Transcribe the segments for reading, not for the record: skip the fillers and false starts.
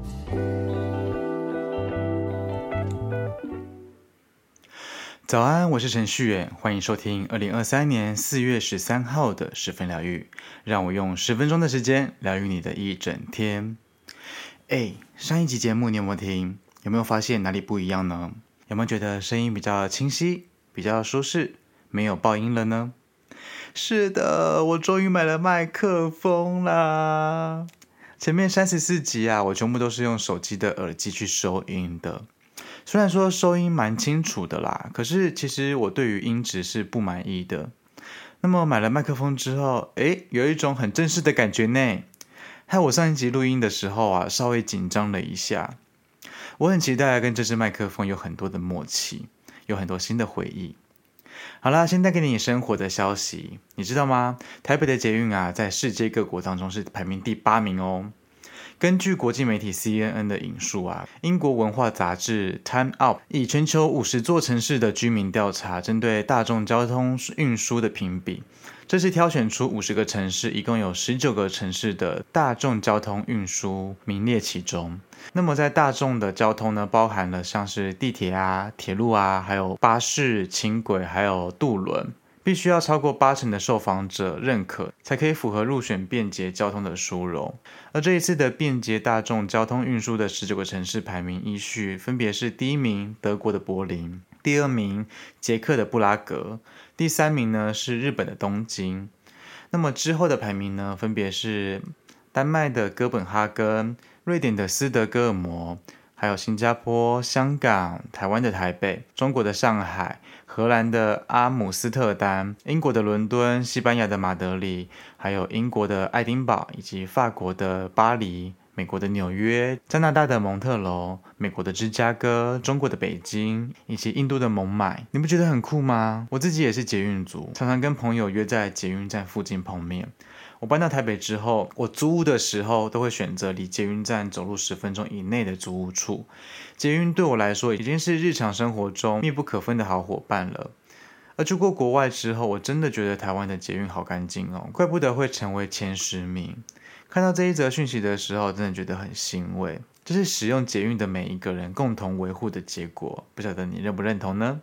早安，我是陈旭远，欢迎收听2023年4月13号的十分疗愈，让我用10分钟的时间疗愈你的一整天。上一集节目你有没有听？有没有发现哪里不一样呢？有没有觉得声音比较清晰，比较舒适，没有爆音了呢？是的，我终于买了麦克风啦！前面34集我全部都是用手机的耳机去收音的。虽然说收音蛮清楚的啦，可是其实我对于音质是不满意的。那么买了麦克风之后，有一种很正式的感觉呢。害我上一集录音的时候稍微紧张了一下。我很期待跟这支麦克风有很多的默契，有很多新的回忆。好啦，先带给你生活的消息，你知道吗？台北的捷运在世界各国当中是排名第8名哦。根据国际媒体 CNN 的引述英国文化杂志 Time Out 以全球50座城市的居民调查，针对大众交通运输的评比，这是挑选出50个城市，一共有19个城市的大众交通运输名列其中。那么在大众的交通呢，包含了像是地铁铁路还有巴士、轻轨还有渡轮，必须要超过80%的受访者认可，才可以符合入选便捷交通的殊荣。而这一次的便捷大众交通运输的19个城市排名依序分别是：第1名德国的柏林，第2名捷克的布拉格，第3名呢是日本的东京。那么之后的排名呢，分别是丹麦的哥本哈根、瑞典的斯德哥尔摩，还有新加坡、香港、台湾的台北、中国的上海、荷兰的阿姆斯特丹、英国的伦敦、西班牙的马德里，还有英国的爱丁堡，以及法国的巴黎、美国的纽约、加拿大的蒙特楼、美国的芝加哥、中国的北京，以及印度的孟买。你不觉得很酷吗？我自己也是捷运族，常常跟朋友约在捷运站附近碰面。我搬到台北之后，我租屋的时候都会选择离捷运站走路10分钟以内的租屋处。捷运对我来说已经是日常生活中密不可分的好伙伴了。而去过国外之后，我真的觉得台湾的捷运好干净哦，怪不得会成为前10名。看到这一则讯息的时候，真的觉得很欣慰，这是使用捷运的每一个人共同维护的结果，不晓得你认不认同呢？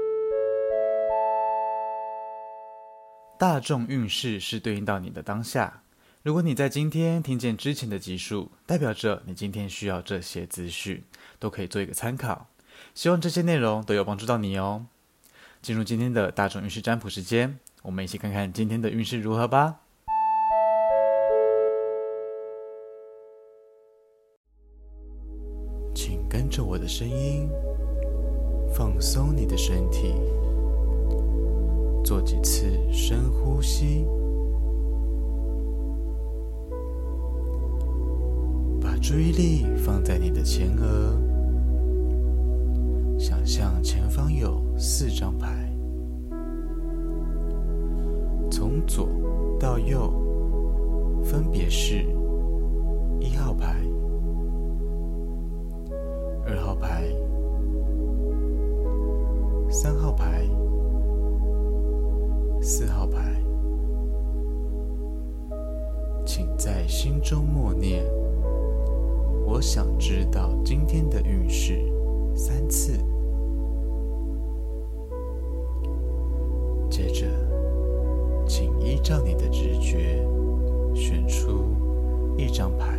大众运势是对应到你的当下，如果你在今天听见之前的集数，代表着你今天需要这些资讯，都可以做一个参考。希望这些内容都有帮助到你哦。进入今天的大众运势占卜时间，我们一起看看今天的运势如何吧。请跟着我的声音，放松你的身体，做几次深呼吸，把注意力放在你的前额，想象前方有4张牌，从左到右分别是1号牌、2号牌、3号牌、4号牌。请在心中默念：我想知道今天的运势3次。接着，请依照你的直觉选出1张牌。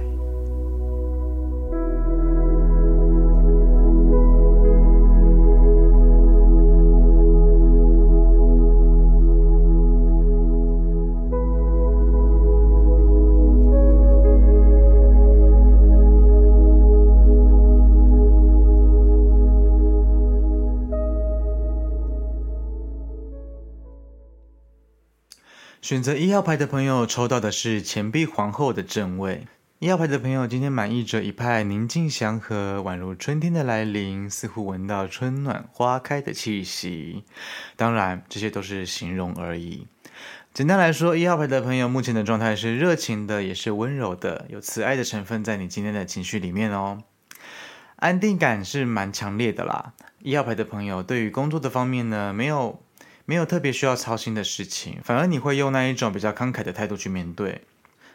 选择1号牌的朋友抽到的是钱币皇后的正位。1号牌的朋友今天满意着一派宁静祥和，宛如春天的来临，似乎闻到春暖花开的气息。当然，这些都是形容而已。简单来说，1号牌的朋友目前的状态是热情的，也是温柔的，有慈爱的成分在你今天的情绪里面哦。安定感是蛮强烈的啦。1号牌的朋友对于工作的方面呢，没有特别需要操心的事情，反而你会用那一种比较慷慨的态度去面对。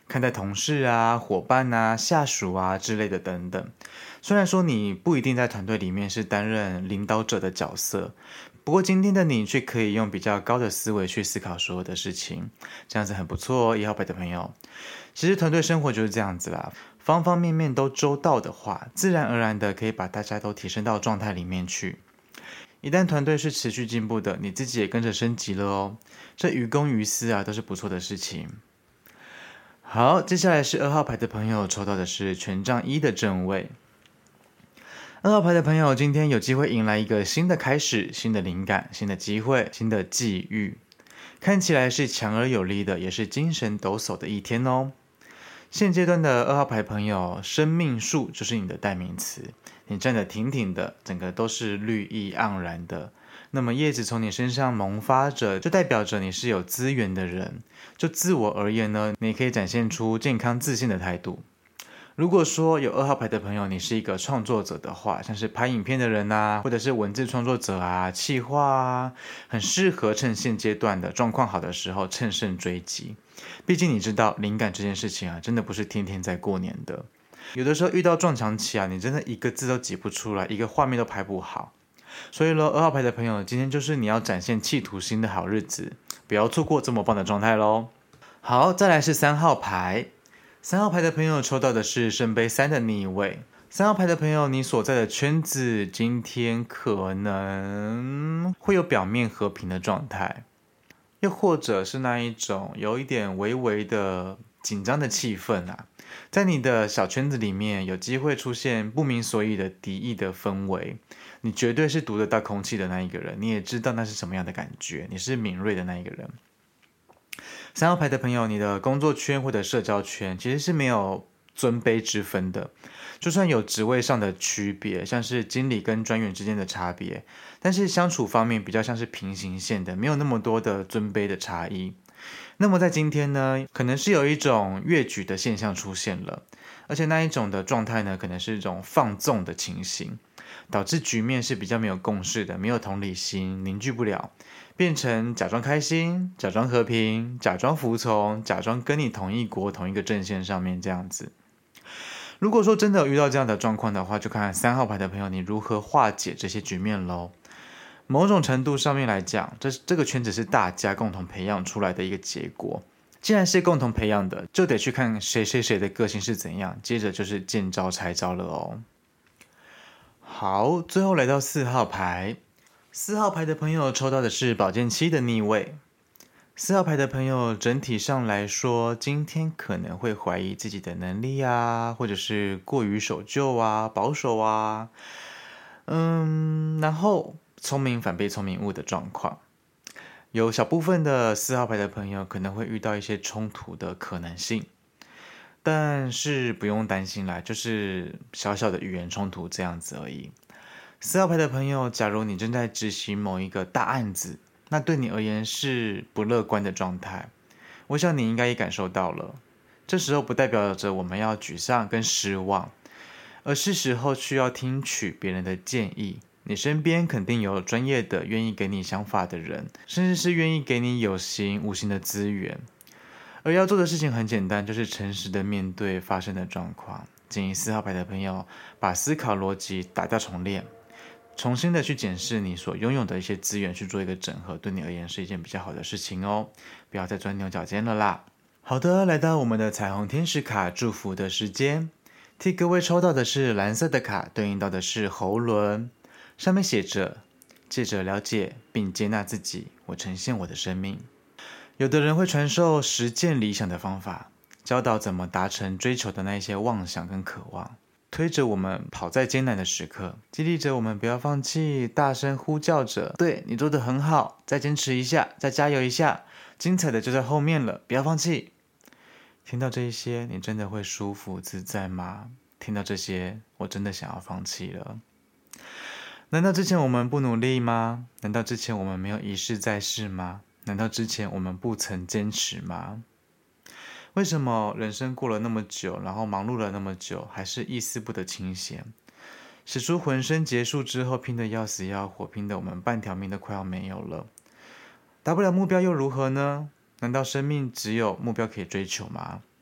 看待同事啊、伙伴啊、下属啊之类的等等。虽然说你不一定在团队里面是担任领导者的角色，不过今天的你却可以用比较高的思维去思考所有的事情，这样子很不错哦，1号牌的朋友。其实团队生活就是这样子啦，方方面面都周到的话，自然而然的可以把大家都提升到状态里面去。一旦团队是持续进步的，你自己也跟着升级了哦，这于公于私啊都是不错的事情。好，接下来是2号牌的朋友抽到的是权杖1的正位。2号牌的朋友今天有机会迎来一个新的开始、新的灵感、新的机会、新的际遇，看起来是强而有力的，也是精神抖擞的一天哦。现阶段的2号牌朋友，生命树就是你的代名词，你站得挺挺的，整个都是绿意盎然的。那么叶子从你身上萌发着，就代表着你是有资源的人。就自我而言呢，你可以展现出健康自信的态度。如果说有2号牌的朋友，你是一个创作者的话，像是拍影片的人啊，或者是文字创作者啊、企划啊，很适合趁现阶段的状况好的时候乘胜追击。毕竟你知道，灵感这件事情啊，真的不是天天在过年的。有的时候遇到撞墙期啊，你真的一个字都挤不出来，一个画面都拍不好。所以咯，2号牌的朋友，今天就是你要展现企图心的好日子，不要错过这么棒的状态咯。好，再来是3号牌。3号牌的朋友抽到的是圣杯3的逆位。3号牌的朋友，你所在的圈子今天可能会有表面和平的状态，又或者是那一种有一点微微的紧张的气氛啊，在你的小圈子里面有机会出现不明所以的敌意的氛围，你绝对是读得到空气的那一个人，你也知道那是什么样的感觉，你是敏锐的那一个人。3号牌的朋友，你的工作圈或者社交圈其实是没有尊卑之分的，就算有职位上的区别，像是经理跟专员之间的差别，但是相处方面比较像是平行线的，没有那么多的尊卑的差异。那么在今天呢，可能是有一种越矩的现象出现了，而且那一种的状态呢，可能是一种放纵的情形，导致局面是比较没有共识的，没有同理心，凝聚不了，变成假装开心、假装和平、假装服从、假装跟你同一国、同一个阵线上面这样子。如果说真的有遇到这样的状况的话，就看看3号牌的朋友你如何化解这些局面咯。某种程度上面来讲，这个圈子是大家共同培养出来的一个结果。既然是共同培养的，就得去看谁的个性是怎样，接着就是见招拆招了哦。好，最后来到4号牌。4号牌的朋友抽到的是宝剑7的逆位。4号牌的朋友整体上来说，今天可能会怀疑自己的能力啊，或者是过于守旧啊、保守啊，然后聪明反被聪明误的状况。有小部分的4号牌的朋友可能会遇到一些冲突的可能性，但是不用担心啦，就是小小的语言冲突这样子而已。4号牌的朋友，假如你正在执行某一个大案子，那对你而言是不乐观的状态，我想你应该也感受到了。这时候不代表着我们要沮丧跟失望，而是时候需要听取别人的建议。你身边肯定有专业的愿意给你想法的人，甚至是愿意给你有形无形的资源。而要做的事情很简单，就是诚实的面对发生的状况。建议4号牌的朋友把思考逻辑打掉重练，重新的去检视你所拥有的一些资源，去做一个整合，对你而言是一件比较好的事情哦。不要再钻牛角尖了啦。好的，来到我们的彩虹天使卡祝福的时间，替各位抽到的是蓝色的卡，对应到的是喉轮，上面写着：借着了解并接纳自己，我呈现我的生命。有的人会传授实践理想的方法，教导怎么达成追求的那一些妄想跟渴望，推着我们跑在艰难的时刻，激励着我们不要放弃，大声呼叫着：对，你做得很好，再坚持一下，再加油一下，精彩的就在后面了，不要放弃。听到这一些，你真的会舒服自在吗？听到这些，我真的想要放弃了。难道之前我们不努力吗？难道之前我们没有一试再试吗？难道之前我们不曾坚持吗？为什么人生过了那么久，然后忙碌了那么久，还是一丝不得清闲？使出浑身结束之后，拼得要死要活，拼得我们半条命都快要没有了。达不了目标又如何呢？难道生命只有目标可以追求吗？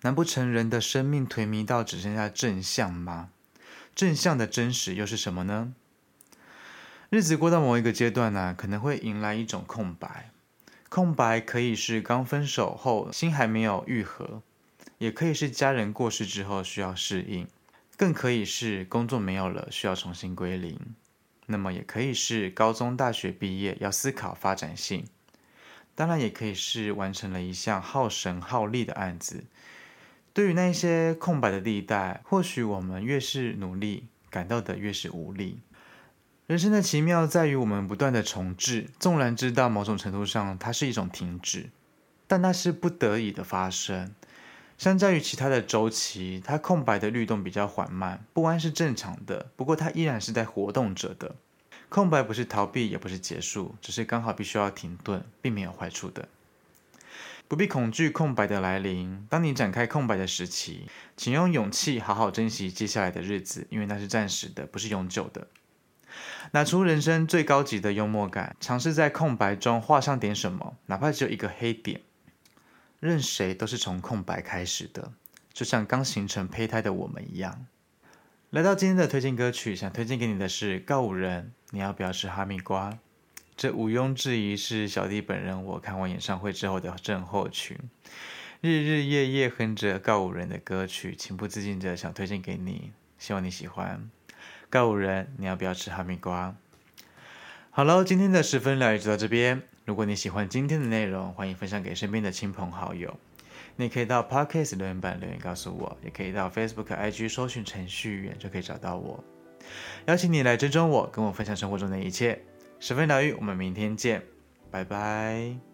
难不成人的生命颓靡到只剩下正向吗？正向的真实又是什么呢？日子过到某一个阶段呢，可能会迎来一种空白。空白可以是刚分手后心还没有愈合，也可以是家人过世之后需要适应，更可以是工作没有了需要重新归零。那么也可以是高中大学毕业要思考发展性，当然也可以是完成了一项耗神耗力的案子。对于那些空白的地带，或许我们越是努力，感到的越是无力。人生的奇妙在于我们不断的重置，纵然知道某种程度上它是一种停止，但那是不得已的发生。相较于其他的周期，它空白的律动比较缓慢，不安是正常的，不过它依然是在活动着的。空白不是逃避，也不是结束，只是刚好必须要停顿，并没有坏处的。不必恐惧空白的来临，当你展开空白的时期，请用勇气好好珍惜接下来的日子，因为那是暂时的，不是永久的。拿出人生最高级的幽默感，尝试在空白中画上点什么，哪怕只有一个黑点。任谁都是从空白开始的，就像刚形成胚胎的我们一样。来到今天的推荐歌曲，想推荐给你的是告五人，你要不要吃哈密瓜？这毋庸置疑是小弟本人我看完演唱会之后的症候群，日日夜夜哼着告五人的歌曲，情不自禁的想推荐给你，希望你喜欢。告五人，你要不要吃哈密瓜？好了，今天的10分疗愈就到这边。如果你喜欢今天的内容，欢迎分享给身边的亲朋好友。你可以到 Podcast 留言板留言告诉我，也可以到 Facebook、IG 搜寻程序员就可以找到我。邀请你来追踪我，跟我分享生活中的一切。10分疗愈，我们明天见，拜拜。